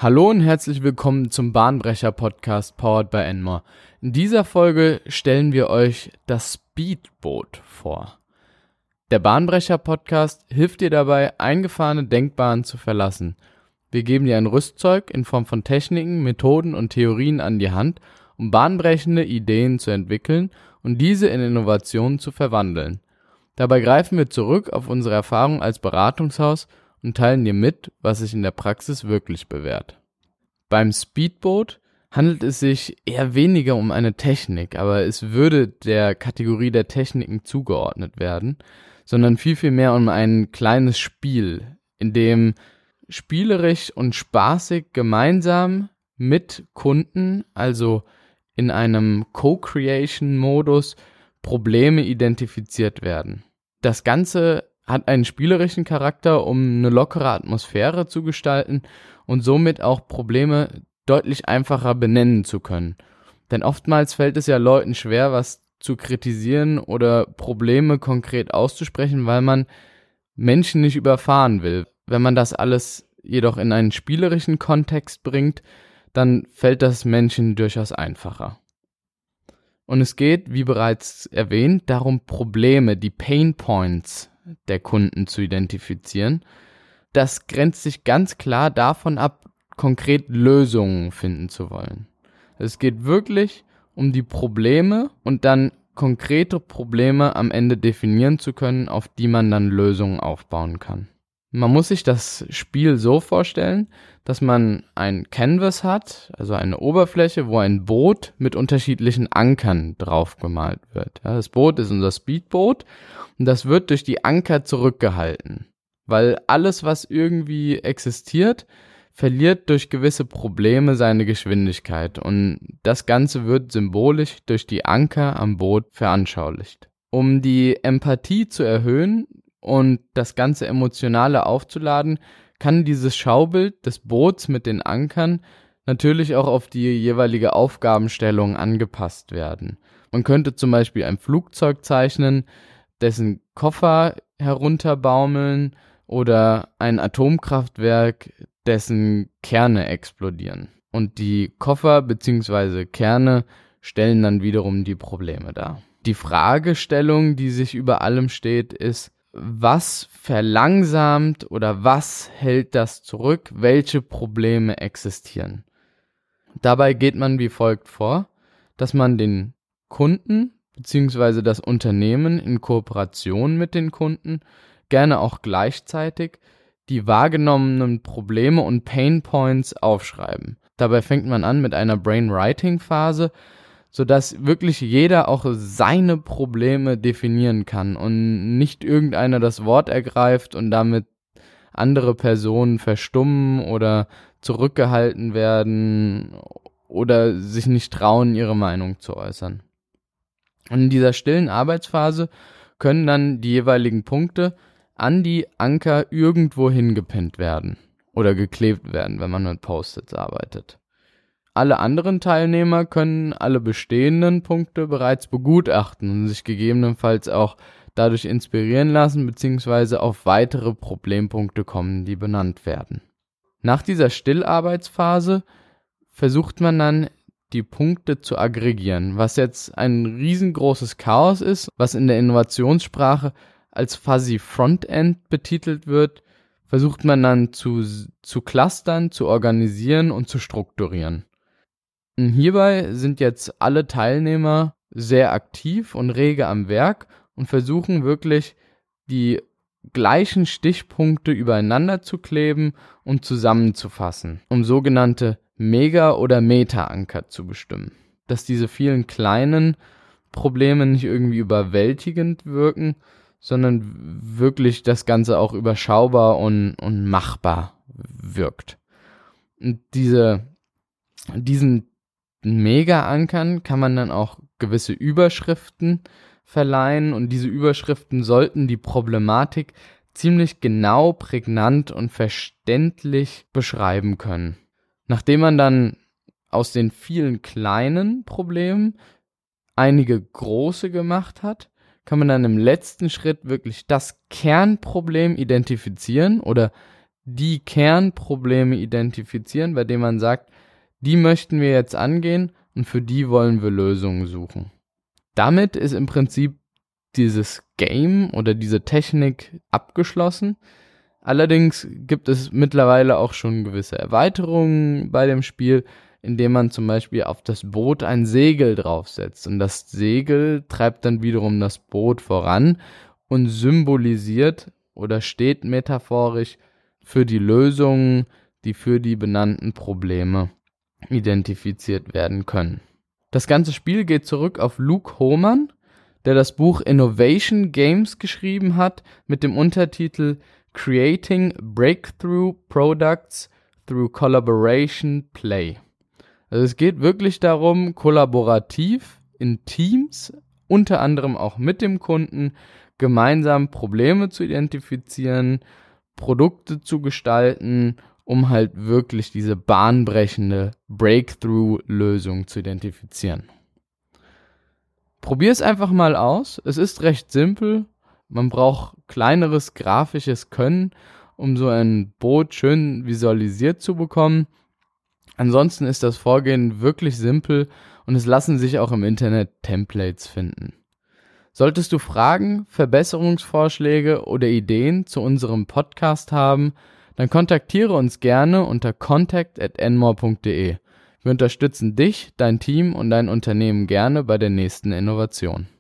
Hallo und herzlich willkommen zum Bahnbrecher-Podcast powered by Enmore. In dieser Folge stellen wir euch das Speedboot vor. Der Bahnbrecher-Podcast hilft dir dabei, eingefahrene Denkbahnen zu verlassen. Wir geben dir ein Rüstzeug in Form von Techniken, Methoden und Theorien an die Hand, um bahnbrechende Ideen zu entwickeln und diese in Innovationen zu verwandeln. Dabei greifen wir zurück auf unsere Erfahrung als Beratungshaus und teilen dir mit, was sich in der Praxis wirklich bewährt. Beim Speedboot handelt es sich eher weniger um eine Technik, aber es würde der Kategorie der Techniken zugeordnet werden, sondern viel mehr um ein kleines Spiel, in dem spielerisch und spaßig gemeinsam mit Kunden, also in einem Co-Creation-Modus, Probleme identifiziert werden. Das Ganze hat einen spielerischen Charakter, um eine lockere Atmosphäre zu gestalten und somit auch Probleme deutlich einfacher benennen zu können. Denn oftmals fällt es ja Leuten schwer, was zu kritisieren oder Probleme konkret auszusprechen, weil man Menschen nicht überfahren will. Wenn man das alles jedoch in einen spielerischen Kontext bringt, dann fällt das Menschen durchaus einfacher. Und es geht, wie bereits erwähnt, darum, Probleme, die Pain Points der Kunden zu identifizieren. Das grenzt sich ganz klar davon ab, konkret Lösungen finden zu wollen. Es geht wirklich um die Probleme und dann konkrete Probleme am Ende definieren zu können, auf die man dann Lösungen aufbauen kann. Man muss sich das Spiel so vorstellen, dass man ein Canvas hat, also eine Oberfläche, wo ein Boot mit unterschiedlichen Ankern drauf gemalt wird. Ja, das Boot ist unser Speedboot und das wird durch die Anker zurückgehalten, weil alles, was irgendwie existiert, verliert durch gewisse Probleme seine Geschwindigkeit und das Ganze wird symbolisch durch die Anker am Boot veranschaulicht. Um die Empathie zu erhöhen und das Ganze Emotionale aufzuladen, kann dieses Schaubild des Boots mit den Ankern natürlich auch auf die jeweilige Aufgabenstellung angepasst werden. Man könnte zum Beispiel ein Flugzeug zeichnen, dessen Koffer herunterbaumeln oder ein Atomkraftwerk, dessen Kerne explodieren. Und die Koffer bzw. Kerne stellen dann wiederum die Probleme dar. Die Fragestellung, die sich über allem steht, ist: Was verlangsamt oder was hält das zurück? Welche Probleme existieren? Dabei geht man wie folgt vor, dass man den Kunden bzw. das Unternehmen in Kooperation mit den Kunden, gerne auch gleichzeitig, die wahrgenommenen Probleme und Pain Points aufschreiben. Dabei fängt man an mit einer Brainwriting-Phase, sodass wirklich jeder auch seine Probleme definieren kann und nicht irgendeiner das Wort ergreift und damit andere Personen verstummen oder zurückgehalten werden oder sich nicht trauen, ihre Meinung zu äußern. Und in dieser stillen Arbeitsphase können dann die jeweiligen Punkte an die Anker irgendwo hingepinnt werden oder geklebt werden, wenn man mit Post-its arbeitet. Alle anderen Teilnehmer können alle bestehenden Punkte bereits begutachten und sich gegebenenfalls auch dadurch inspirieren lassen bzw. auf weitere Problempunkte kommen, die benannt werden. Nach dieser Stillarbeitsphase versucht man dann, die Punkte zu aggregieren, was jetzt ein riesengroßes Chaos ist, was in der Innovationssprache als Fuzzy Frontend betitelt wird, versucht man dann zu clustern, zu organisieren und zu strukturieren. Und hierbei sind jetzt alle Teilnehmer sehr aktiv und rege am Werk und versuchen wirklich, die gleichen Stichpunkte übereinander zu kleben und zusammenzufassen, um sogenannte Mega- oder Meta-Anker zu bestimmen. Dass diese vielen kleinen Probleme nicht irgendwie überwältigend wirken, sondern wirklich das Ganze auch überschaubar und machbar wirkt. Und diesen Mega-Ankern kann man dann auch gewisse Überschriften verleihen und diese Überschriften sollten die Problematik ziemlich genau, prägnant und verständlich beschreiben können. Nachdem man dann aus den vielen kleinen Problemen einige große gemacht hat, kann man dann im letzten Schritt wirklich das Kernproblem identifizieren oder die Kernprobleme identifizieren, bei denen man sagt, die möchten wir jetzt angehen und für die wollen wir Lösungen suchen. Damit ist im Prinzip dieses Game oder diese Technik abgeschlossen. Allerdings gibt es mittlerweile auch schon gewisse Erweiterungen bei dem Spiel, indem man zum Beispiel auf das Boot ein Segel draufsetzt. Und das Segel treibt dann wiederum das Boot voran und symbolisiert oder steht metaphorisch für die Lösungen, die für die benannten Probleme identifiziert werden können. Das ganze Spiel geht zurück auf Luke Hohmann, der das Buch Innovation Games geschrieben hat mit dem Untertitel Creating Breakthrough Products Through Collaboration Play. Also es geht wirklich darum, kollaborativ in Teams, unter anderem auch mit dem Kunden, gemeinsam Probleme zu identifizieren, Produkte zu gestalten, um halt wirklich diese bahnbrechende Breakthrough-Lösung zu identifizieren. Probier es einfach mal aus. Es ist recht simpel. Man braucht kleineres grafisches Können, um so ein Boot schön visualisiert zu bekommen. Ansonsten ist das Vorgehen wirklich simpel und es lassen sich auch im Internet Templates finden. Solltest du Fragen, Verbesserungsvorschläge oder Ideen zu unserem Podcast haben, dann kontaktiere uns gerne unter contact@enmore.de. Wir unterstützen dich, dein Team und dein Unternehmen gerne bei der nächsten Innovation.